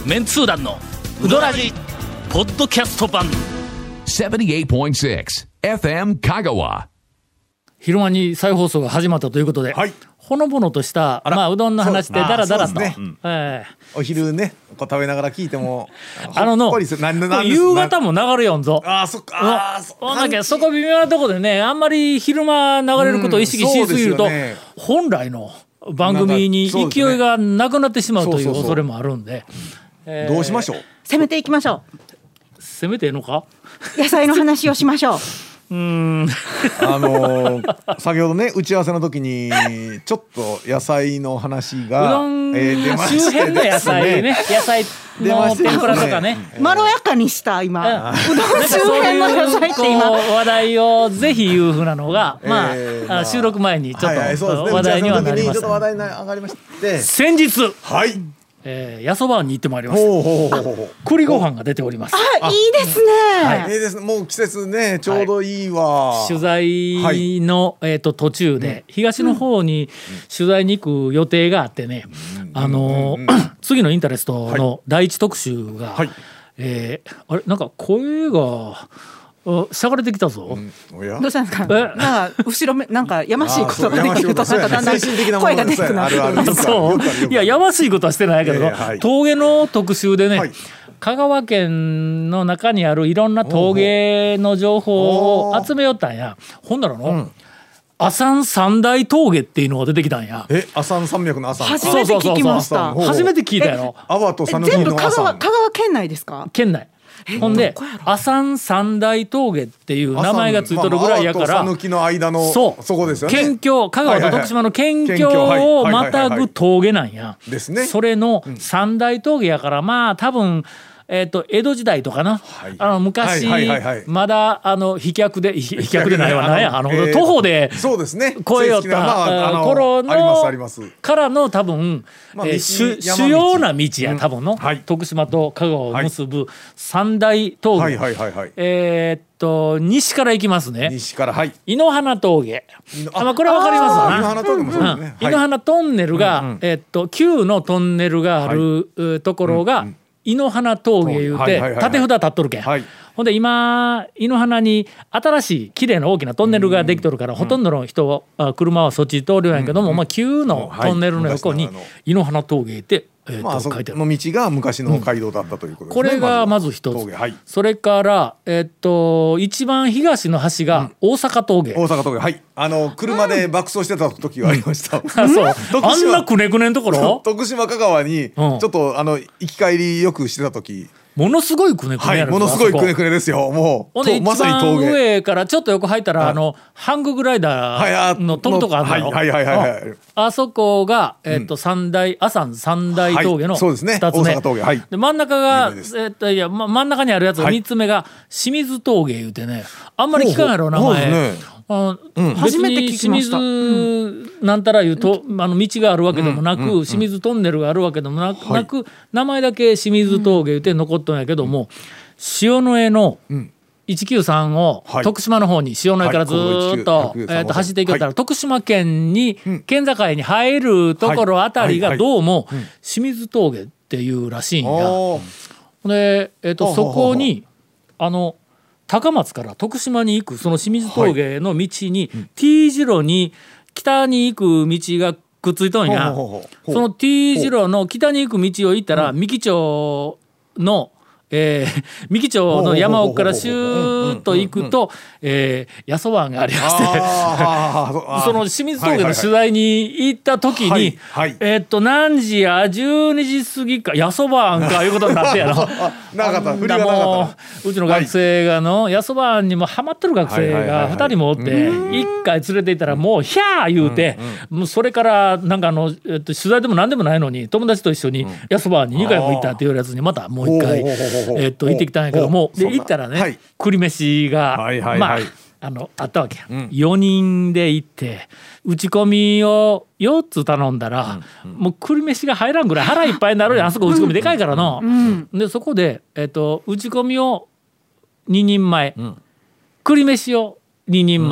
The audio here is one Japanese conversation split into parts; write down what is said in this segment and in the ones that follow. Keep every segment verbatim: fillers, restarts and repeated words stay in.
メンツー団のウドラジポッドキャスト版ななじゅうはちてんろく エフエム 香川。 昼間に再放送が始まったということで、はい、ほのぼのとしたまあうどんの話でダラダラと、ねうんえー、お昼ねこう食べながら聞いてもあのの夕方も流れよんぞ。 あそっかあそなんかそこ微妙なとこでね、あんまり昼間流れることを意識しすぎると、うんね、本来の番組に勢いがなくなってしまうという恐れもあるんで、 えー、どうしましょう。 攻めていきましょう。攻めていいのか。 野菜の話をしましょう。 うーんあのー、先ほどね打ち合わせの時にちょっと野菜の話がうどん、えー、出ましてですね、周辺の野菜ね野菜の天ぷらとかね、 まろやかにした今、うん、うどん周辺の野菜って今話題をぜひ言うふうなのが、まあえーまあ、収録前にちょっと、はいはいね、話題にはなりました、ね、 ちょっと話題に上がりまして先日はいえー、やそばに行ってまいりました栗ご飯が出ております。 あ、いいですね、 はい、いいですね。もう季節ねちょうどいいわ、 はい、取材の、はいえー、と途中で、うん、東の方に取材に行く予定があってね、うん、あのーうん、次のインタレストの第一特集が、はいえー、あれなんか声がしゃがれてきたぞ、うん、 どうしたんですか。なんか後ろめなんかやましいことができるとなんかだんだん声が出てくなる。 そういややましいことはしてないけど、えーはい、峠の特集でね、はい、香川県の中にあるいろんな峠の情報を集めよったんや。ほんならの、うん阿寒三大峠っていうのが出てきたんや。 え、阿寒山脈の阿寒。 初めて聞きました。 初めて聞いたやろ。 阿波と讃岐の阿寒。 香川県内ですか。 県内。ほんで阿寒三大峠っていう名前がついとるぐらいやから、 阿波と讃岐の間のそうそこですよね。 県境香川と徳島の県境をまたぐ峠なんや。 ですね。 それの三大峠やからまあ多分。えー、と江戸時代とかな、はい、あの昔、はいはいはいはい、まだあの飛脚で飛脚でないわなんやあの、えー、徒歩で越えよった、まあ、頃のからの多分、まあえー、主, 主要な道や、うん、多分の、はい、徳島と香川を結ぶ三大峠、はいはいはいはい、えー、っと西から行きますね。 西から、はい、 井ノ鼻峠あ、まあ、これは分かりますわな。 井ノ鼻峠もそうですね、 うん、井ノ鼻トンネルが、うんうんえー、っと旧のトンネルがある、はい、ところが、うんうん井ノ鼻峠いうて、はいはいはいはい、縦札立っとるけん、はい、ほんで今井ノ鼻に新しい綺麗な大きなトンネルができとるから、うん、ほとんどの人は車はそっち通るんやけども、うんまあ、旧のトンネルの横に井ノ鼻峠ってえー、 まあ、 と書いてある。 その道が昔の街道だったということですね、 うん、これがまず一つ、はい、それから、えー、っと一番東の端が大阪峠、 うん、大阪峠、はい、あの車で爆走してた時がありました、うん、 あそうあんなくねくねんところ徳島香川にちょっと、うん、あの行き帰りよくしてた時ものすごいくねくねやる、 はい、ものすごいくねくねですよ。もうとまさに峠上からちょっと横入ったら、はい、あのハンググライダーの飛ぶとこあるのよ、 はいはいはいはい、 あそこが、えー、と三大阿寒三大峠のふたつめ、はい、そうですね、大阪峠、はい、で真ん中が、えー、といや、ま、真ん中にあるやつがみっつめが清水峠いうてね、あんまり聞かんやろ名前。あうん、初めて聞きました。清水なんたらいうと、うん、あの道があるわけでもなく、うんうんうん、清水トンネルがあるわけでもなく、はい、名前だけ清水峠いうて残っとんやけども、うん、塩の江のいちきゅうさんを、はい、徳島の方に塩の江からずっと、はいえー、と走っていけたら、はい、徳島県に、うん、県境に入るところあたりがどうも、はいはいはい、清水峠っていうらしいんや。で、えー、とそこにあの高松から徳島に行くその清水峠の道に、はい、T 字路に北に行く道がくっついとんや。その T 字路の北に行く道を行ったら三木町のえー、三木町の山奥からシューッと行くと八十湾がありましてその清水峠の取材に行った時に、はいはいはい、えー、っと何時やじゅうにじ過ぎか八十湾かいうことになってやろなかった振りがなかった。 うちの学生がの八十湾にもハマってる学生がふたりもおって、いっかい連れて行ったらもうヒャー言うて、うんうん、もうそれからなんかあの、えっと、取材でも何でもないのに友達と一緒に八十湾ににかいも行ったっていうやつにまたもういっかいえー、っと行ってきたんやけども、で行ったらね、はい、栗飯が、はいはいはい、まああのあったわけや、うん、よにんで行って打ち込みをよっつ頼んだら、うんうん、もう栗飯が入らんぐらい腹いっぱいになるやん。あそこ打ち込みでかいからの、うん、でそこで、えー、っと打ち込みをににんまえ、うん、栗飯をににんまえ、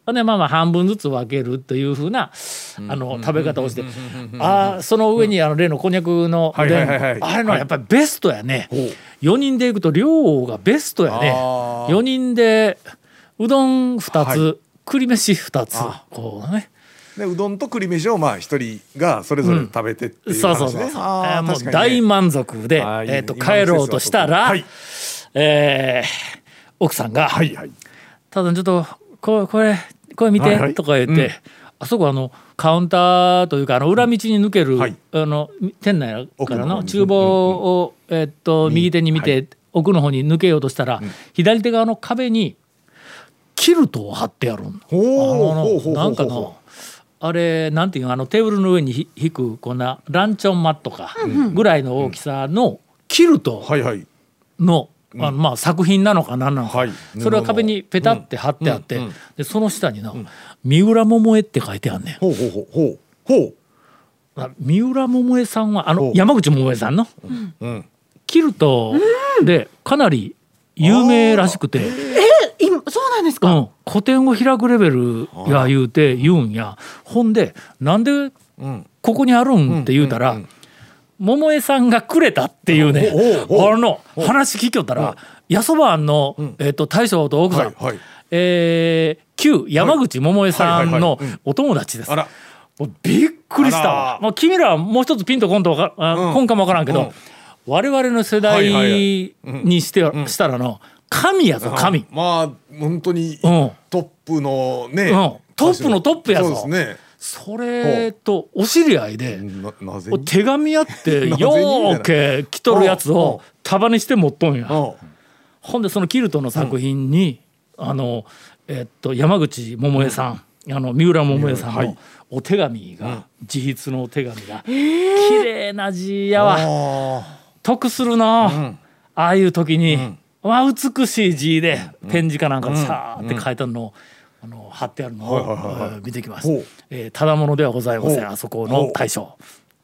でまあまあ半分ずつ分けるというふうなあの食べ方をして、あその上にあの例のこんにゃくのおでん、あれのやっぱりベストやね。よにんでいくと量がベストやね。よにんでうどんふたつ、はい、栗飯ふたつこうね。 でうどんと栗飯をまあ一人がそれぞれ食べてっていう話ね、うん、そうそうそうそう、 えー、もう大満足で、えー、と帰ろうとしたら、はい、えー、奥さんが、はいはい、ただちょっとこれこれこれ見て、はいはい、とか言って、うん、あそこあのカウンターというかあの裏道に抜ける、はい、あの店内からの厨房を、うん、えー、っと右手に見て、はい、奥の方に抜けようとしたら、うん、左手側の壁にキルトを貼ってやるんだ。なんかのあれなんていうのあのテーブルの上に引くこんなランチョンマットかぐらいの大きさのキルトの、あのまあ作品なのか何なのか、はい、それは壁にペタって貼ってあって、うんうん、でその下にな、うん、三浦桃江って書いてあんねん。ほうほうほうほうほう。三浦桃江さんはあの山口百恵さんの、うんうん、キルトでかなり有名らしくて、えー、 今そうなんですか、 うん、個展を開くレベルや言うて言うんや。ほんでなんでここにあるんって言うたら、うんうんうんうん、桃江さんがくれたっていうね、あの話聞きよったらやそばの、うん、えー、と大将と奥さん、はいはい、えー、旧山口百恵さんのお友達です。もうびっくりしたわ。まあ、君らはもう一つピンとこんとわか、うん、こんかもわからんけど、うん、我々の世代にして、はいはいはい、したらの神やぞ神。 まあ本当にトップのね、うん、 トップのトップやぞ。 そうですね。 それとお知り合いで手紙やってよーけ来とるやつを束にして持っとんや。ほんでそのキルトの作品に、うん、あのえっと山口百恵さん、うん、あの三浦百恵さんのお手紙が、はい、自筆のお手紙が、うん、綺麗な字やわ。得するな、うん、ああいう時に、うん、まあ美しい字で、うん、ペン字かなんかでさーって書いてあるのを、あの貼ってあるのを、はいはいはいはい、見てきます。えー、ただものではございません。あそこの大将。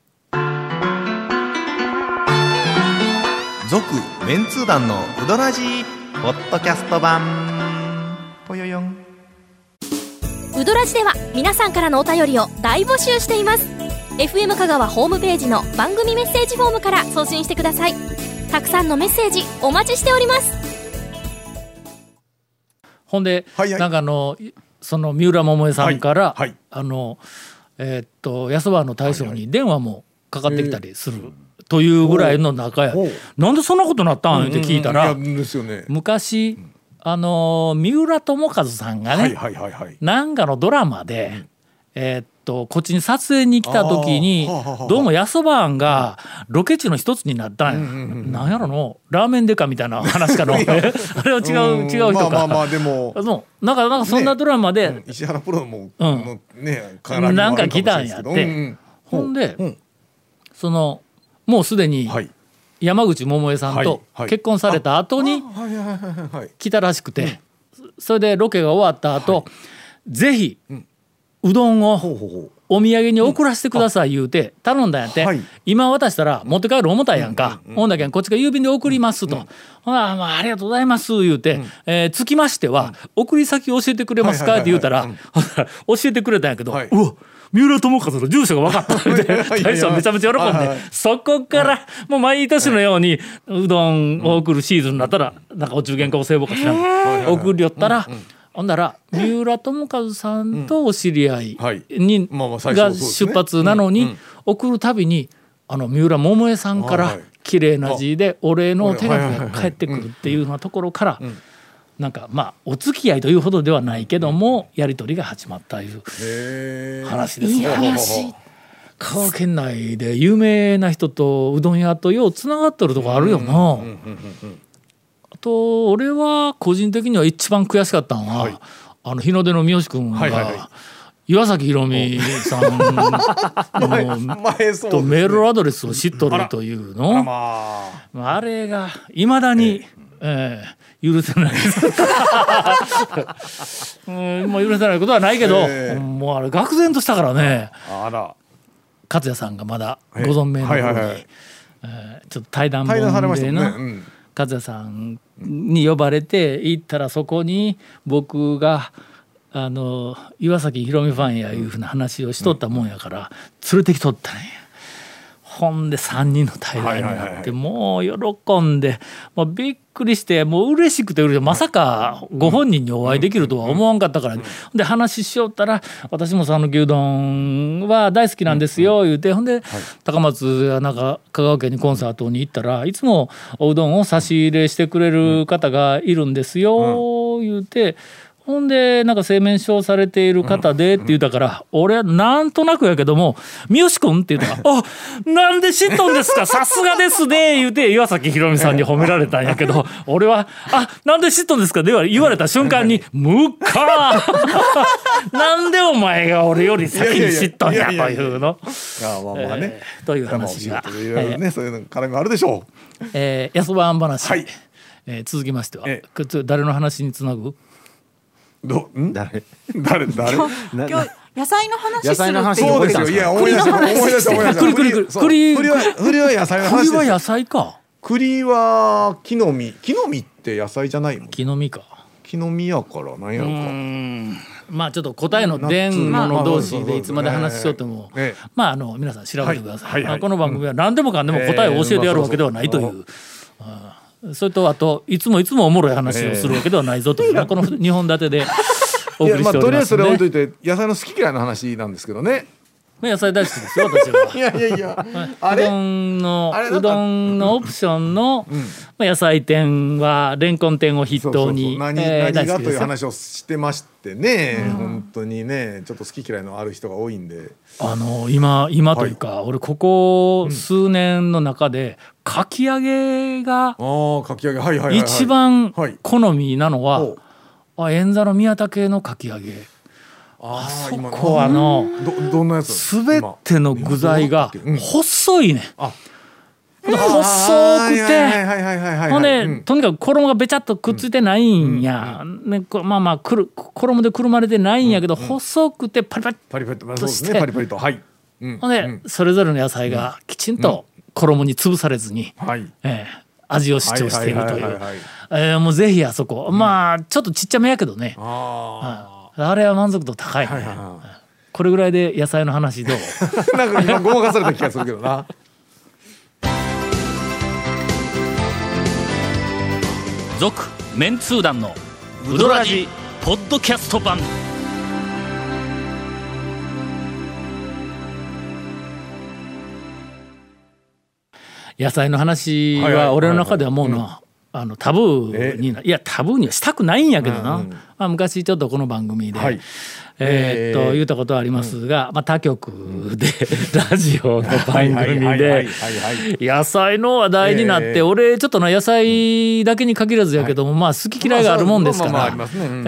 続メンツー団のウドラジーポッドキャスト版ぽよよん。 ウドラジでは皆さんからのお便りを大募集しています。 エフエム 香川ホームページの番組メッセージフォームから送信してください。たくさんのメッセージお待ちしております。 ほんで、はいはい、なんかあのその三浦桃江さんから、はいはい、あのえー、っと安原の大将に電話もかかってきたりする、はいはい、というぐらいの仲や。なんでそんなことなったんって聞いたら、うんうんですよね、昔あの三浦友和さんがね、はいはいはいはい、なんかのドラマで、うん、えー、っとこっちに撮影に来た時にどうもやそばんがロケ地の一つになったんや、うんうんうん、なんやろのラーメンデカみたいな話かのあれは違う、うん、違う人か、まあまあまあでもなんかなんかそんなドラマで、 ね、石原プロも、 うん、ねなんか来たんやって、うんうん、ほんで、うん、そのもうすでに山口百恵さんと結婚された後に来たらしくて、それでロケが終わった後、はい、ぜひ、うん、うどんをお土産に送らせてください言うて頼んだんやって、はい、今渡したら持って帰る重たいやんか、うんうんうん、ほんだけんこっちが郵便で送りますと、うんうん、ほな、まあ、ありがとうございます言うて、うん、えー、つきましては、うん、送り先教えてくれますかって言うたら、うん、教えてくれたんやけど、はい、うわ三浦友和の住所が分かったって大将めちゃめちゃ喜んで、そこからもう毎年のようにうどんを送るシーズンになったらなんかお中元かお歳暮かしらん送りよったら、ほんなら三浦友和さんとお知り合いにが出発なのに送るたびにあの三浦桃江さんから綺麗な字でお礼のお手紙が返ってくるっていうようなところからなんかまあお付き合いというほどではないけどもやり取りが始まったいう話ですよ。香川県内で有名な人とうどん屋とようつながっとるとこあるよな。あと俺は個人的には一番悔しかったのは、はい、あの日の出の三好君が、はいはいはい、岩崎宏美さんのとメールアドレスを知っとるというの あ, あ, あれがいまだに、えーえー許せないうん、もう許せないことはないけど、えー、もうあれ愕然としたからね。あら勝也さんがまだご存命の頃に、はいはいはい、えー、ちょっと対談本での、ね、うん、勝也さんに呼ばれて行ったらそこに僕があの岩崎宏美ファンやいうふうな話をしとったもんやから連れてきとったんや。ほんでさんにんの対談になってもう喜んでもうびっくりしてもう嬉しくて嬉しくてまさかご本人にお会いできるとは思わんかったから、ね、で話しよったら私も讃岐うどんは大好きなんですよ言うてほんで高松やなんか香川県にコンサートに行ったらいつもおうどんを差し入れしてくれる方がいるんですよ言うてほんでなんか製麺所されている方でって言ったから、うんうん、俺はなんとなくやけども三好君って言ったらあなんで知っとんですかさすがですね言うて岩崎宏美さんに褒められたんやけど俺はあなんで知っとんですかで言われた瞬間にむっかーなんでお前が俺より先に知っとんやというのいやまあまあね、 えー、という話が、 いろいろね、そういうの絡みあるでしょう。 えー、安場案話、 はいえー、続きましては、 えー、誰の話につなぐどん誰誰誰今日野菜の話するって野菜の話そうですよ。いや思い出した思い出した思い出した栗栗栗栗栗は栗は野菜の話です。 栗は野菜か。 栗は木の実木の実って野菜じゃないもん。 木の実か木の実やからなんやろか。 うんまあちょっと答えの出んもの同士でいつまで話しようとも、まあ、まああの皆さん調べてください、はいはいはい、この番組は何でもかんでも答えを教えてやるわけではないという、それとあといつもいつもおもろい話をするわけではないぞという、このにほん立てでお送りしておりますので、 とりあえずそれ置いといて野菜の好き嫌いの話なんですけどね。 野菜大好きですよ私は。 いやいやいやうどんのうどんのオプションの、うん、まあ、野菜店はレンコン店を筆頭にそうそうそう何、えー、何がという話をしてましてね、うん、本当にねちょっと好き嫌いのある人が多いんで、 あの今今というか、はい、俺ここ数年の中でかき揚げが一番好みなのは、あ円座の宮田系のかき揚げ。あそこはのどんなやつすべての具材が細いね、うん、細くてほんでとにかく衣がべちゃっとくっついてないんや、うんね、まあまあくる衣でくるまれてないんやけど、うんうん、細くてパリパリパリパリとして、 パリパリと、はい、 うん、ほんで、うん、それぞれの野菜がきちんと衣に潰されずに、うん、えー、味を主張しているというもうぜひあそこ、うん、まあちょっとちっちゃめやけどね、ああれは満足度高いね、はいはいはい、これぐらいで野菜の話どうなんか今ごまかされた気がするけどな。 続メンツー団のウドラジポッドキャスト版。 野菜の話は俺の中ではもうな、あのタブーにな、いやタブーにはしたくないんやけどな、うん、まあ、昔ちょっとこの番組で、はい、えー、っと言ったことはありますが、うん、まあ、他局でラジオの番組で野菜の話題になって、俺ちょっとな野菜だけに限らずやけども、まあ好き嫌いがあるもんですから、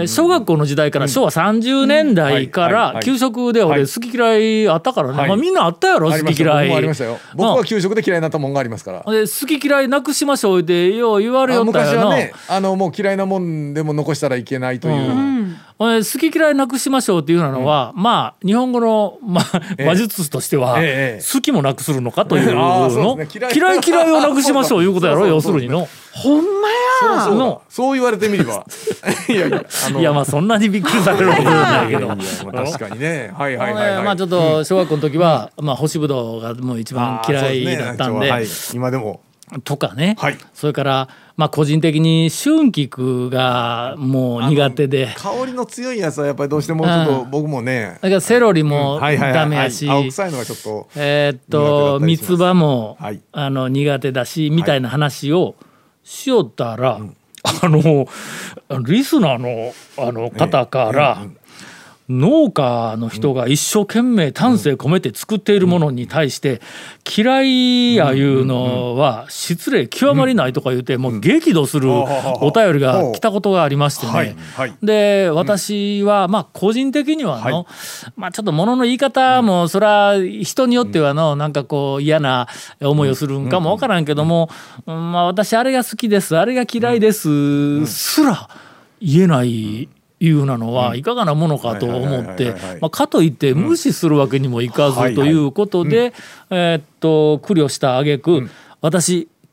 小学校の時代から昭和さんじゅうねんだいから給食で俺好き嫌いあったからね、まあ、みんなあったやろ好き嫌い。 僕もありましたよ。僕は給食で嫌いになったもんがありますから。 で好き嫌いなくしましょうってよう言われよったよな。 昔はね、あのもう嫌いなもんでも残したらいけないという、うん、 好き嫌いなくしましょうっていうのは、うん、まあ日本語の、まあ、魔術としては、ええ、好きもなくするのかというの、ね、嫌い嫌い嫌いをなくしましょういうことやろ要するにの。 ほんまやそうそうそう言われてみればいやいやあのいやまあそんなにびっくりされることじゃないけど確かにね、はいはいはい、はい、 まあちょっと小学校の時は、うん、まあ干しぶどうがもう一番嫌いだったんで、 ね、はい、今でもとかね、 はい、 それからまあ個人的に春菊がもう苦手で、 香りの強いやつはやっぱりどうしてもちょっと僕もね、 だからセロリもダメやし、 青臭いのがちょっとえー、っと三つ葉も、はい、あの苦手だしみたいな話をしよったら、はい、あのリスナーのあの方から、ね、うんうん、農家の人が一生懸命丹精込めて作っているものに対して嫌いやいうのは失礼極まりないとか言ってもう激怒するお便りが来たことがありましてね。で私はまあ個人的にはのまあちょっと物の言い方もそれは人によってはのなんかこう嫌な思いをするんかもわからんけども、まあ私あれが好きですあれが嫌いですすら言えないいうなのはいかがなものかと思ってかといって無視するわけにもいかずということでえっと苦慮した挙句、私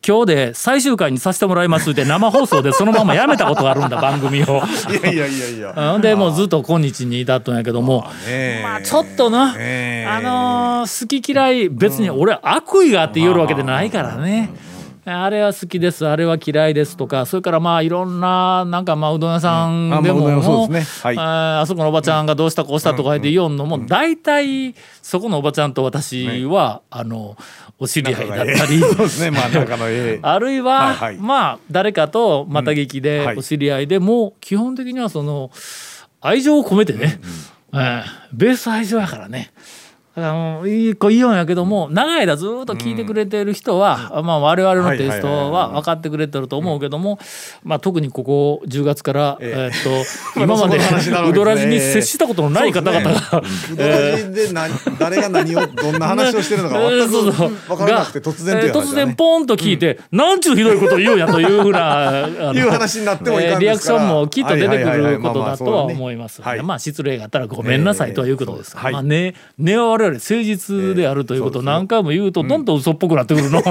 今日で最終回にさせてもらいますって生放送でそのままやめたことがあるんだ番組を。いやいやいやいや。 でもうずっと今日に至ったんやけども、まあちょっとな、あのー、好き嫌い別に俺悪意があって言えるわけでないからね。あれは好きです、あれは嫌いですとか、それからまあいろんななんかまあうどん屋さんでも、うん、あ, そうですね、はい、あ, あそこのおばちゃんがどうしたこうしたとか言って言おんのも大体そこのおばちゃんと私は、ね、あのお知り合いだったり、そうですね、まあ仲のええあるいは、はいはい、まあ誰かとまた劇でお知り合いでも、うんはい、基本的にはその愛情を込めてね、うんうんえー、ベース愛情やからね。あのいい子いいよんやけども長い間ずっと聞いてくれてる人は、うんまあ、我々のテイストは分かってくれてると思うけども、まあ、特にここじゅうがつから、えー、えー、っと今までウドラジに接したことのない方々が、ね、 ウドラジで何誰が何をどんな話をしてるのか全く分からなくて突然という話、ね、 突然ポンと聞いて、うん、なんちゅうひどいことを言うんやというふうないう話になってもいかんですから、 リアクションもきっと出てくることだとは思いますので、まあ失礼があったらごめんなさいということですから、えーえーまあね、根は我々誠実であるということを何回も言うとどんどん嘘っぽくなってくるの。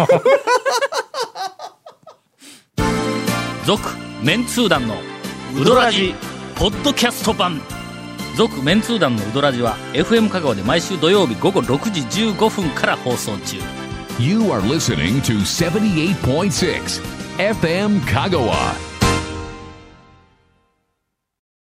続メンツー団のウドラジポッドキャスト版。続メンツー団のウドラジは エフエム 香川で毎週土曜日午後ろくじじゅうごふんから放送中。 You are listening to seventy-eight point six エフエム 香川。